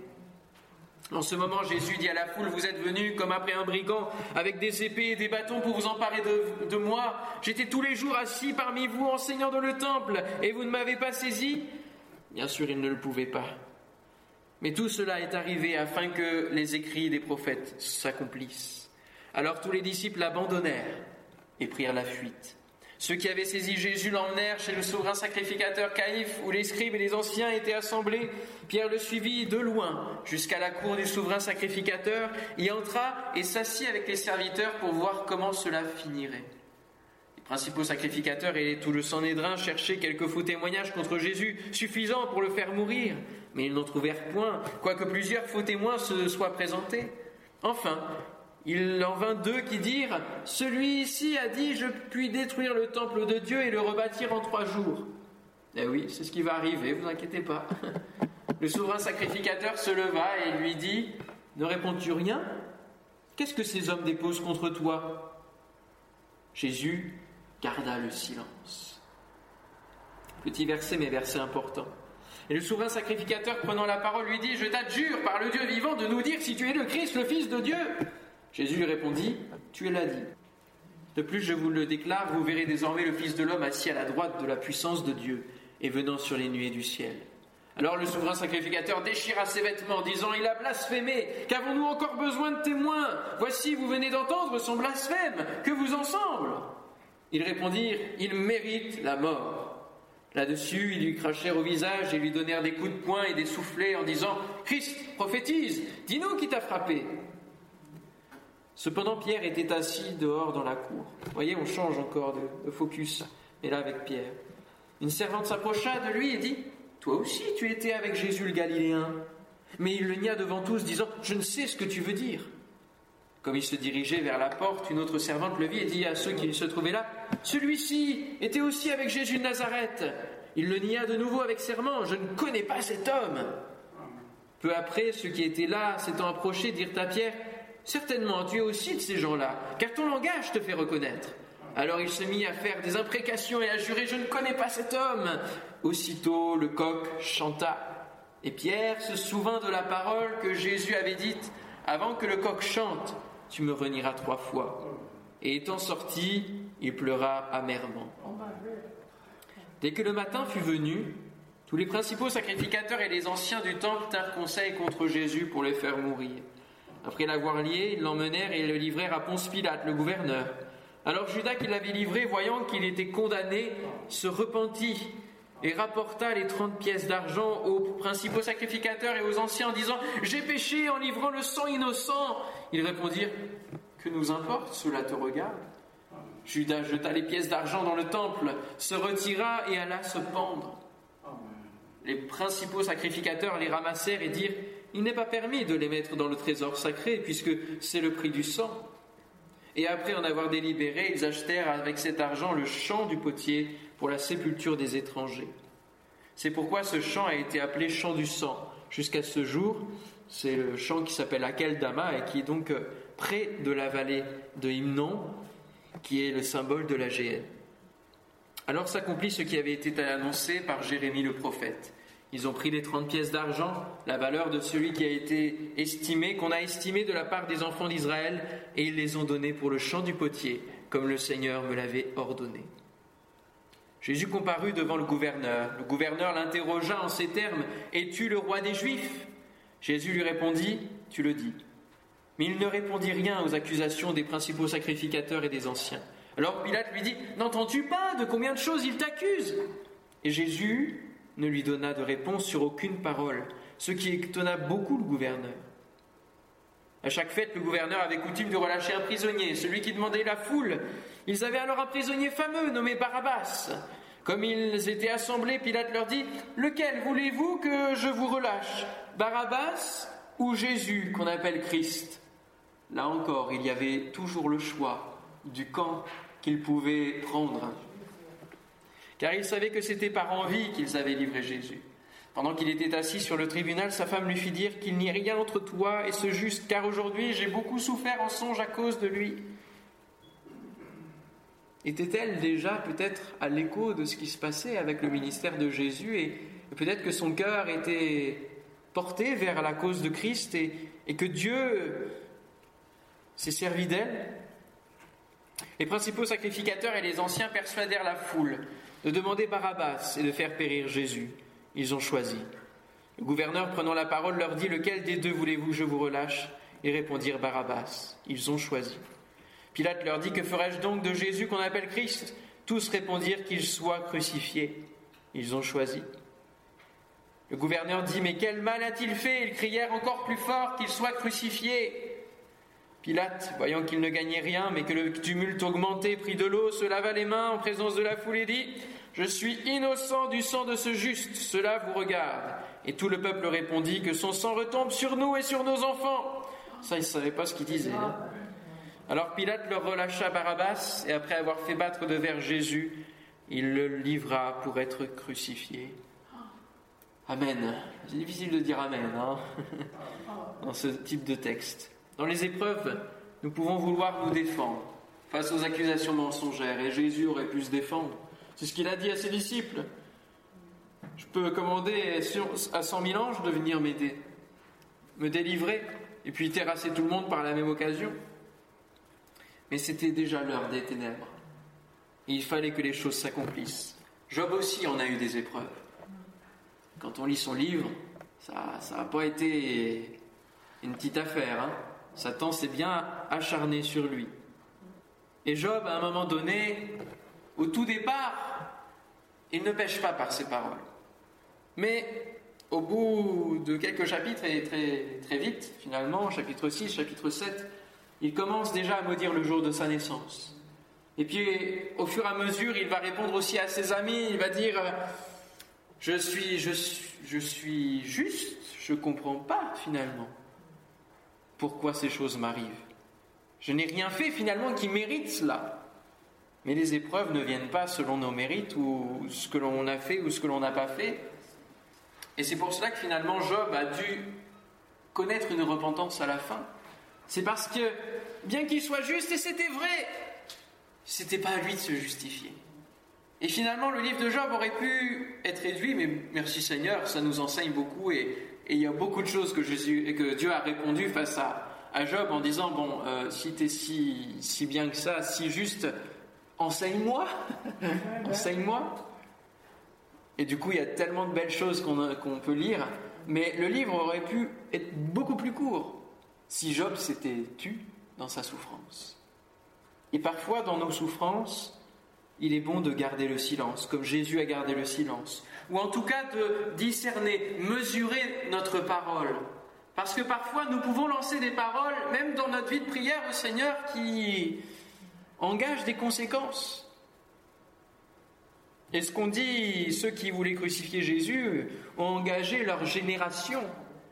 En ce moment, Jésus dit à la foule, vous êtes venus comme après un brigand, avec des épées et des bâtons pour vous emparer de, de moi. J'étais tous les jours assis parmi vous, enseignant dans le temple, et vous ne m'avez pas saisi? Bien sûr, il ne le pouvait pas. Mais tout cela est arrivé afin que les écrits des prophètes s'accomplissent. Alors tous les disciples l'abandonnèrent et prirent la fuite. Ceux qui avaient saisi Jésus l'emmenèrent chez le souverain sacrificateur Caïphe, où les scribes et les anciens étaient assemblés. Pierre le suivit de loin jusqu'à la cour du souverain sacrificateur, y entra et s'assit avec les serviteurs pour voir comment cela finirait. Les principaux sacrificateurs et tout le Sanhédrin cherchaient quelques faux témoignages contre Jésus, suffisants pour le faire mourir, mais ils n'en trouvèrent point, quoique plusieurs faux témoins se soient présentés. Enfin, il en vint deux qui dirent « Celui-ci a dit, je puis détruire le temple de Dieu et le rebâtir en trois jours. » Eh oui, c'est ce qui va arriver, vous inquiétez pas. Le souverain sacrificateur se leva et lui dit « Ne réponds-tu rien? Qu'est-ce que ces hommes déposent contre toi ?» Jésus garda le silence. Petit verset, mais verset important. Et le souverain sacrificateur, prenant la parole, lui dit « Je t'adjure par le Dieu vivant de nous dire si tu es le Christ, le Fils de Dieu. » Jésus lui répondit « Tu l'as dit. De plus, je vous le déclare, vous verrez désormais le Fils de l'homme assis à la droite de la puissance de Dieu et venant sur les nuées du ciel. » Alors le souverain sacrificateur déchira ses vêtements, disant « Il a blasphémé, qu'avons-nous encore besoin de témoins? Voici, vous venez d'entendre son blasphème, que vous en semble ?» Ils répondirent « Il mérite la mort. » Là-dessus, ils lui crachèrent au visage et lui donnèrent des coups de poing et des soufflets en disant « Christ, prophétise, dis-nous qui t'a frappé ?» Cependant, Pierre était assis dehors dans la cour. Vous voyez, on change encore de, de focus, mais là avec Pierre. Une servante s'approcha de lui et dit « Toi aussi, tu étais avec Jésus le Galiléen. » Mais il le nia devant tous, disant « Je ne sais ce que tu veux dire. » Comme il se dirigeait vers la porte, une autre servante le vit et dit à ceux qui se trouvaient là « Celui-ci était aussi avec Jésus de Nazareth. » Il le nia de nouveau avec serment « Je ne connais pas cet homme. » Peu après, ceux qui étaient là, s'étant approchés, dirent à Pierre « Certainement, tu es aussi de ces gens-là, car ton langage te fait reconnaître. » Alors il se mit à faire des imprécations et à jurer « Je ne connais pas cet homme. » Aussitôt, le coq chanta. Et Pierre se souvint de la parole que Jésus avait dite « Avant que le coq chante, tu me renieras trois fois. » Et étant sorti, il pleura amèrement. Dès que le matin fut venu, tous les principaux sacrificateurs et les anciens du temple tinrent conseil contre Jésus pour le faire mourir. Après l'avoir lié, ils l'emmenèrent et le livrèrent à Ponce Pilate, le gouverneur. Alors Judas, qui l'avait livré, voyant qu'il était condamné, se repentit et rapporta les trente pièces d'argent aux principaux sacrificateurs et aux anciens en disant « J'ai péché en livrant le sang innocent. » Ils répondirent « Que nous importe, cela te regarde. » Judas jeta les pièces d'argent dans le temple, se retira et alla se pendre. Les principaux sacrificateurs les ramassèrent et dirent « Il n'est pas permis de les mettre dans le trésor sacré, puisque c'est le prix du sang. » Et après en avoir délibéré, ils achetèrent avec cet argent le champ du potier pour la sépulture des étrangers. C'est pourquoi ce champ a été appelé champ du sang. Jusqu'à ce jour, c'est le champ qui s'appelle Akeldama et qui est donc près de la vallée de Himnon, qui est le symbole de la géhenne. Alors s'accomplit ce qui avait été annoncé par Jérémie le prophète. Ils ont pris les trente pièces d'argent, la valeur de celui qui a été estimé, qu'on a estimé de la part des enfants d'Israël, et ils les ont donnés pour le champ du potier, comme le Seigneur me l'avait ordonné. Jésus comparut devant le gouverneur. Le gouverneur l'interrogea en ces termes, « Es-tu le roi des Juifs ?» Jésus lui répondit, « Tu le dis. » Mais il ne répondit rien aux accusations des principaux sacrificateurs et des anciens. Alors Pilate lui dit, « N'entends-tu pas de combien de choses il t'accuse ?» Et Jésus ne lui donna de réponse sur aucune parole, ce qui étonna beaucoup le gouverneur. À chaque fête, le gouverneur avait coutume de relâcher un prisonnier, celui qui demandait la foule. Ils avaient alors un prisonnier fameux nommé Barabbas. Comme ils étaient assemblés, Pilate leur dit, « Lequel voulez-vous que je vous relâche, Barabbas ou Jésus, qu'on appelle Christ ?» Là encore, il y avait toujours le choix du camp qu'ils pouvaient prendre. Car ils savaient que c'était par envie qu'ils avaient livré Jésus. Pendant qu'il était assis sur le tribunal, sa femme lui fit dire qu'il n'y ait rien entre toi et ce juste, car aujourd'hui j'ai beaucoup souffert en songe à cause de lui. Était-elle déjà peut-être à l'écho de ce qui se passait avec le ministère de Jésus et peut-être que son cœur était porté vers la cause de Christ et, et que Dieu s'est servi d'elle? Les principaux sacrificateurs et les anciens persuadèrent la foule de demander Barabbas et de faire périr Jésus. Ils ont choisi. Le gouverneur, prenant la parole, leur dit « Lequel des deux voulez-vous que je vous relâche ?» Ils répondirent « Barabbas ». Ils ont choisi. Pilate leur dit « Que ferai-je donc de Jésus qu'on appelle Christ ?» Tous répondirent qu'il soit crucifié. Ils ont choisi. Le gouverneur dit « Mais quel mal a-t-il fait ?» Ils crièrent encore plus fort qu'il soit crucifié. Pilate, voyant qu'il ne gagnait rien, mais que le tumulte augmentait, prit de l'eau, se lava les mains en présence de la foule et dit « Je suis innocent du sang de ce juste, cela vous regarde. » Et tout le peuple répondit que son sang retombe sur nous et sur nos enfants. Ça, ils ne savaient pas ce qu'ils disaient. Hein. Alors Pilate leur relâcha Barabbas, et après avoir fait battre de verre Jésus, il le livra pour être crucifié. Amen. C'est difficile de dire Amen hein dans ce type de texte. Dans les épreuves, nous pouvons vouloir nous défendre face aux accusations mensongères, et Jésus aurait pu se défendre. C'est ce qu'il a dit à ses disciples. Je peux commander à cent mille anges de venir m'aider, me délivrer, et puis terrasser tout le monde par la même occasion. Mais c'était déjà l'heure des ténèbres. Et il fallait que les choses s'accomplissent. Job aussi en a eu des épreuves. Quand on lit son livre, ça n'a pas été une petite affaire. Hein. Satan s'est bien acharné sur lui. Et Job, à un moment donné, au tout départ, il ne pêche pas par ses paroles. Mais au bout de quelques chapitres, et très, très vite, finalement, chapitre six, chapitre sept, il commence déjà à maudire le jour de sa naissance. Et puis, au fur et à mesure, il va répondre aussi à ses amis, il va dire « Je suis, je, je suis juste, je ne comprends pas finalement pourquoi ces choses m'arrivent. Je n'ai rien fait finalement qui mérite cela. Mais les épreuves ne viennent pas selon nos mérites ou ce que l'on a fait ou ce que l'on n'a pas fait. Et c'est pour cela que finalement Job a dû connaître une repentance à la fin. C'est parce que, bien qu'il soit juste, et c'était vrai, c'était pas à lui de se justifier. Et finalement, le livre de Job aurait pu être réduit, mais merci Seigneur, ça nous enseigne beaucoup, et, et il y a beaucoup de choses que, Jésus, et que Dieu a répondu face à, à Job en disant, bon, euh, si t'es si, si bien que ça, si juste, enseigne-moi, enseigne-moi. Et du coup, il y a tellement de belles choses qu'on, a, qu'on peut lire, mais le livre aurait pu être beaucoup plus court si Job s'était tu dans sa souffrance. Et parfois, dans nos souffrances, il est bon de garder le silence, comme Jésus a gardé le silence. Ou en tout cas de discerner, mesurer notre parole. Parce que parfois, nous pouvons lancer des paroles, même dans notre vie de prière au Seigneur, qui engagent des conséquences. Et ce qu'on dit, ceux qui voulaient crucifier Jésus ont engagé leur génération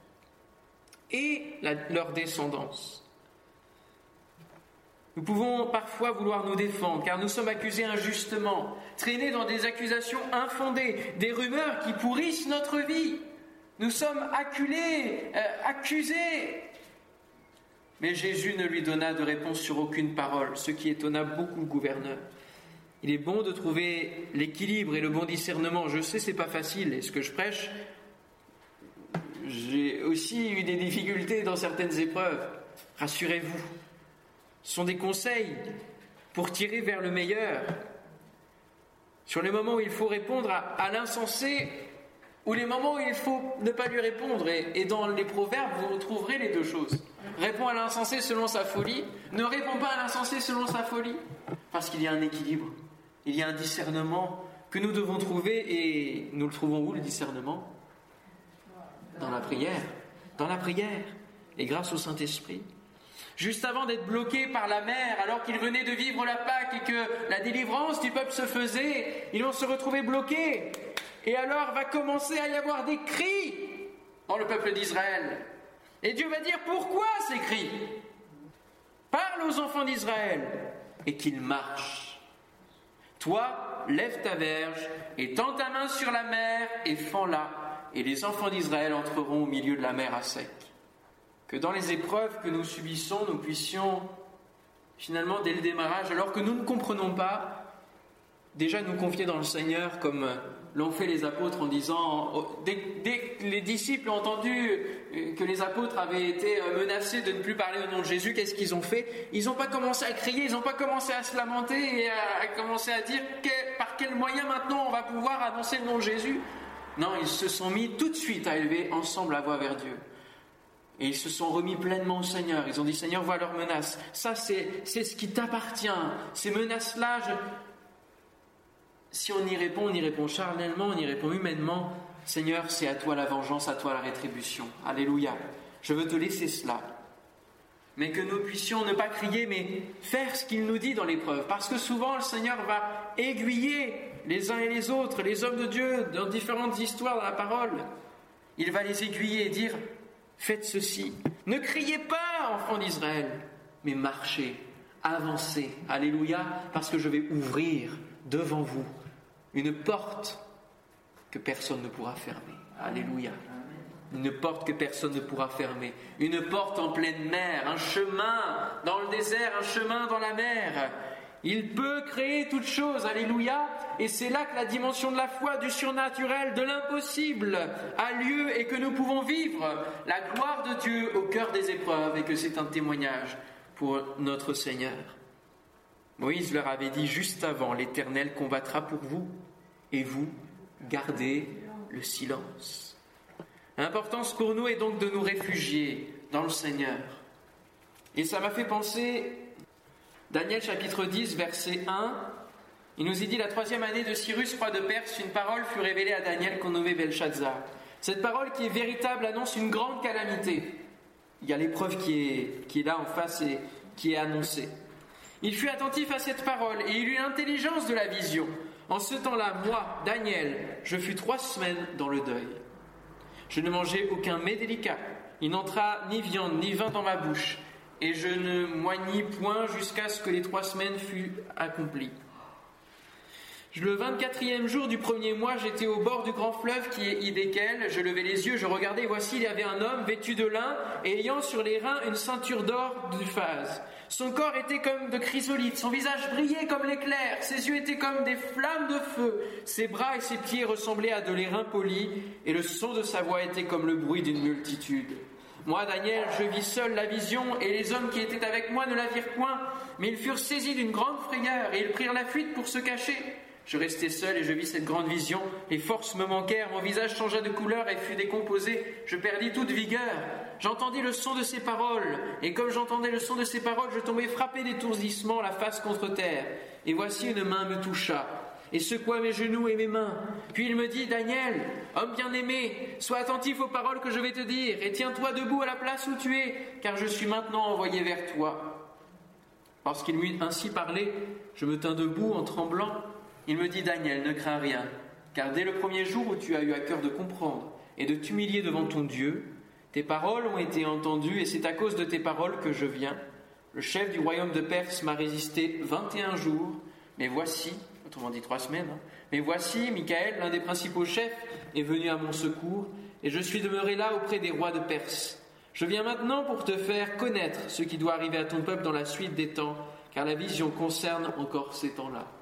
et la, leur descendance. Nous pouvons parfois vouloir nous défendre, car nous sommes accusés injustement, traînés dans des accusations infondées, des rumeurs qui pourrissent notre vie. Nous sommes acculés, euh, accusés. Mais Jésus ne lui donna de réponse sur aucune parole, ce qui étonna beaucoup le gouverneur. Il est bon de trouver l'équilibre et le bon discernement. Je sais, c'est pas facile. Et ce que je prêche, j'ai aussi eu des difficultés dans certaines épreuves. Rassurez-vous. Ce sont des conseils pour tirer vers le meilleur. Sur les moments où il faut répondre à, à l'insensé, ou les moments où il faut ne pas lui répondre. Et, et dans les proverbes, vous retrouverez les deux choses. Réponds à l'insensé selon sa folie. Ne réponds pas à l'insensé selon sa folie. Parce qu'il y a un équilibre. Il y a un discernement que nous devons trouver. Et nous le trouvons où, le discernement ? Dans la prière. Dans la prière. Et grâce au Saint-Esprit. Juste avant d'être bloqués par la mer, alors qu'ils venaient de vivre la Pâque et que la délivrance du peuple se faisait, ils vont se retrouver bloqués. Et alors va commencer à y avoir des cris dans le peuple d'Israël. Et Dieu va dire pourquoi ces cris ? Parle aux enfants d'Israël et qu'ils marchent. Toi, lève ta verge et tends ta main sur la mer et fends-la. Et les enfants d'Israël entreront au milieu de la mer à sec. Que dans les épreuves que nous subissons, nous puissions finalement dès le démarrage, alors que nous ne comprenons pas, déjà nous confier dans le Seigneur comme l'ont fait les apôtres en disant, dès, dès que les disciples ont entendu que les apôtres avaient été menacés de ne plus parler au nom de Jésus, qu'est-ce qu'ils ont fait ? Ils n'ont pas commencé à crier, ils n'ont pas commencé à se lamenter et à, à commencer à dire que, par quel moyen maintenant on va pouvoir annoncer le nom de Jésus ? Non, ils se sont mis tout de suite à élever ensemble la voix vers Dieu. Et ils se sont remis pleinement au Seigneur. Ils ont dit, Seigneur, vois leurs menaces. Ça, c'est, c'est ce qui t'appartient. Ces menaces-là, je... si on y répond, on y répond charnellement, on y répond humainement. Seigneur, c'est à toi la vengeance, à toi la rétribution. Alléluia. Je veux te laisser cela. Mais que nous puissions ne pas crier, mais faire ce qu'il nous dit dans l'épreuve. Parce que souvent, le Seigneur va aiguiller les uns et les autres, les hommes de Dieu, dans différentes histoires dans la parole. Il va les aiguiller et dire... Faites ceci. Ne criez pas, enfants d'Israël, mais marchez, avancez. Alléluia, parce que je vais ouvrir devant vous une porte que personne ne pourra fermer. Alléluia. Une porte que personne ne pourra fermer. Une porte en pleine mer, un chemin dans le désert, un chemin dans la mer. Il peut créer toutes choses, alléluia, et c'est là que la dimension de la foi, du surnaturel, de l'impossible a lieu et que nous pouvons vivre la gloire de Dieu au cœur des épreuves et que c'est un témoignage pour notre Seigneur. Moïse leur avait dit juste avant, l'Éternel combattra pour vous et vous gardez le silence. L'importance pour nous est donc de nous réfugier dans le Seigneur. Et ça m'a fait penser... Daniel chapitre dix, verset un, il nous y dit « La troisième année de Cyrus, roi de Perse, une parole fut révélée à Daniel qu'on nommait Belshazzar. » Cette parole qui est véritable annonce une grande calamité. Il y a l'épreuve qui est, qui est là en face et qui est annoncée. Il fut attentif à cette parole et il eut l'intelligence de la vision. En ce temps-là, moi, Daniel, je fus trois semaines dans le deuil. Je ne mangeai aucun mets délicat. Il n'entra ni viande ni vin dans ma bouche. Et je ne m'oignis point jusqu'à ce que les trois semaines fussent accomplies. Le vingt-quatrième jour du premier mois, j'étais au bord du grand fleuve qui est Hidékel. Je levai les yeux, je regardais, et voici, il y avait un homme vêtu de lin et ayant sur les reins une ceinture d'or du phase. Son corps était comme de chrysolite, son visage brillait comme l'éclair, ses yeux étaient comme des flammes de feu, ses bras et ses pieds ressemblaient à de l'airain poli, et le son de sa voix était comme le bruit d'une multitude. Moi, Daniel, je vis seul la vision, et les hommes qui étaient avec moi ne la virent point, mais ils furent saisis d'une grande frayeur, et ils prirent la fuite pour se cacher. Je restai seul, et je vis cette grande vision. Les forces me manquèrent, mon visage changea de couleur et fut décomposé. Je perdis toute vigueur. J'entendis le son de ses paroles, et comme j'entendais le son de ses paroles, je tombai frappé d'étourdissement, la face contre terre. Et voici une main me toucha, et secoua mes genoux et mes mains. Puis il me dit, Daniel, homme bien-aimé, sois attentif aux paroles que je vais te dire, et tiens-toi debout à la place où tu es, car je suis maintenant envoyé vers toi. Lorsqu'il m'eut ainsi parlé, je me tins debout en tremblant. Il me dit, Daniel, ne crains rien, car dès le premier jour où tu as eu à cœur de comprendre et de t'humilier devant ton Dieu, tes paroles ont été entendues, et c'est à cause de tes paroles que je viens. Le chef du royaume de Perse m'a résisté vingt et un jours, mais voici, autrement dit trois semaines, hein, mais voici, Michaël, l'un des principaux chefs, est venu à mon secours, et je suis demeuré là auprès des rois de Perse. Je viens maintenant pour te faire connaître ce qui doit arriver à ton peuple dans la suite des temps, car la vision concerne encore ces temps-là.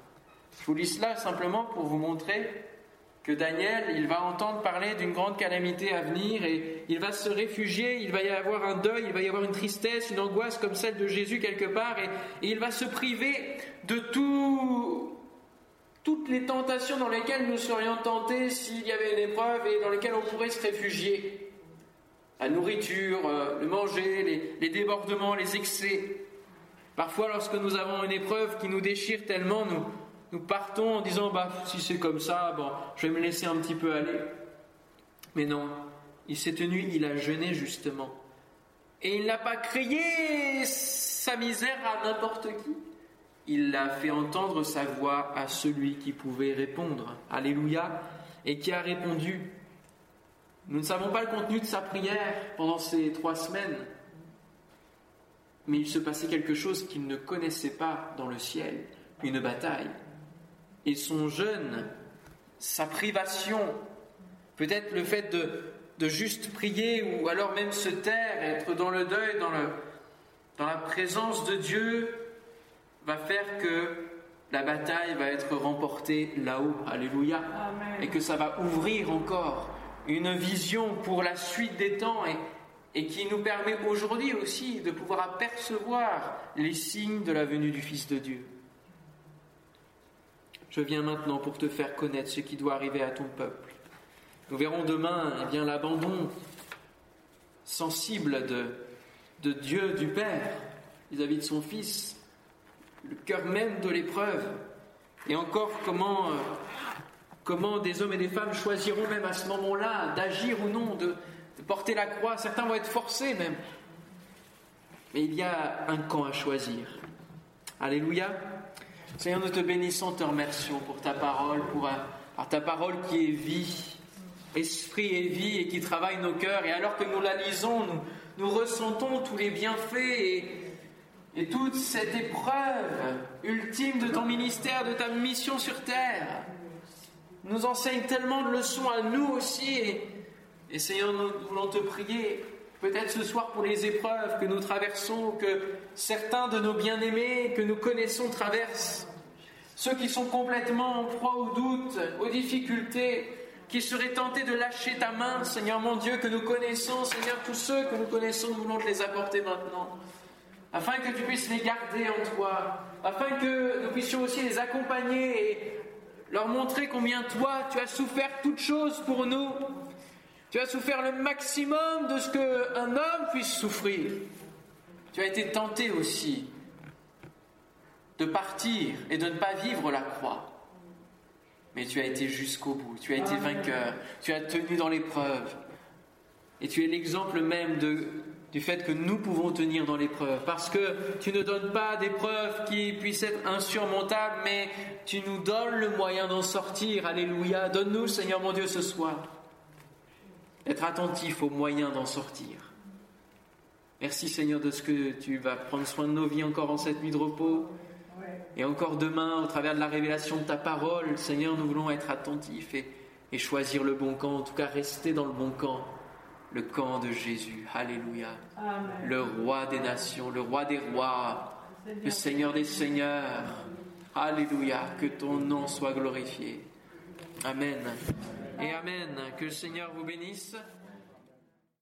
Je vous lis cela simplement pour vous montrer que Daniel, il va entendre parler d'une grande calamité à venir et il va se réfugier, il va y avoir un deuil, il va y avoir une tristesse, une angoisse comme celle de Jésus quelque part et, et il va se priver de tout, toutes les tentations dans lesquelles nous serions tentés s'il y avait une épreuve et dans lesquelles on pourrait se réfugier. La nourriture, le manger, les, les débordements, les excès. Parfois, lorsque nous avons une épreuve qui nous déchire tellement, nous Nous partons en disant, bah, si c'est comme ça, bon, je vais me laisser un petit peu aller. Mais non, il s'est tenu, il a jeûné justement. Et il n'a pas crié sa misère à n'importe qui. Il a fait entendre sa voix à celui qui pouvait répondre. Alléluia. Et qui a répondu. Nous ne savons pas le contenu de sa prière pendant ces trois semaines. Mais il se passait quelque chose qu'il ne connaissait pas dans le ciel. Une bataille. Et son jeûne, sa privation, peut-être le fait de, de juste prier ou alors même se taire, être dans le deuil, dans, le, dans la présence de Dieu, va faire que la bataille va être remportée là-haut, alléluia, Amen. Et que ça va ouvrir encore une vision pour la suite des temps et, et qui nous permet aujourd'hui aussi de pouvoir apercevoir les signes de la venue du Fils de Dieu. Je viens maintenant pour te faire connaître ce qui doit arriver à ton peuple. Nous verrons demain eh bien, l'abandon sensible de, de Dieu, du Père, vis-à-vis de son Fils, le cœur même de l'épreuve, et encore comment, euh, comment des hommes et des femmes choisiront même à ce moment-là d'agir ou non, de, de porter la croix. Certains vont être forcés même. Mais il y a un camp à choisir. Alléluia. Seigneur, nous te bénissons, te remercions pour ta parole, pour, pour ta parole qui est vie, esprit et vie, et qui travaille nos cœurs. Et alors que nous la lisons, nous, nous ressentons tous les bienfaits et, et toute cette épreuve ultime de ton ministère, de ta mission sur terre. Nous enseigne tellement de leçons à nous aussi. Et, et Seigneur, nous voulons te prier, peut-être ce soir pour les épreuves que nous traversons, que certains de nos bien-aimés que nous connaissons traversent. Ceux qui sont complètement en proie au doute, aux difficultés, qui seraient tentés de lâcher ta main, Seigneur mon Dieu, que nous connaissons, Seigneur, tous ceux que nous connaissons, nous voulons te les apporter maintenant, afin que tu puisses les garder en toi, afin que nous puissions aussi les accompagner et leur montrer combien toi, tu as souffert toutes choses pour nous. Tu as souffert le maximum de ce qu'un homme puisse souffrir. Tu as été tenté aussi de partir et de ne pas vivre la croix. Mais tu as été jusqu'au bout, tu as été vainqueur, tu as tenu dans l'épreuve. Et tu es l'exemple même de, du fait que nous pouvons tenir dans l'épreuve. Parce que tu ne donnes pas d'épreuves qui puissent être insurmontables, mais tu nous donnes le moyen d'en sortir. Alléluia. Donne-nous, Seigneur mon Dieu, ce soir, d'être attentif aux moyens d'en sortir. Merci, Seigneur, de ce que tu vas prendre soin de nos vies encore en cette nuit de repos. Et encore demain, au travers de la révélation de ta parole, Seigneur, nous voulons être attentifs et, et choisir le bon camp, en tout cas rester dans le bon camp, le camp de Jésus. Alléluia. Amen. Le roi des nations, le roi des rois, Seigneur. Le Seigneur des seigneurs. Alléluia. Que ton nom soit glorifié. Amen. Et amen. Que le Seigneur vous bénisse.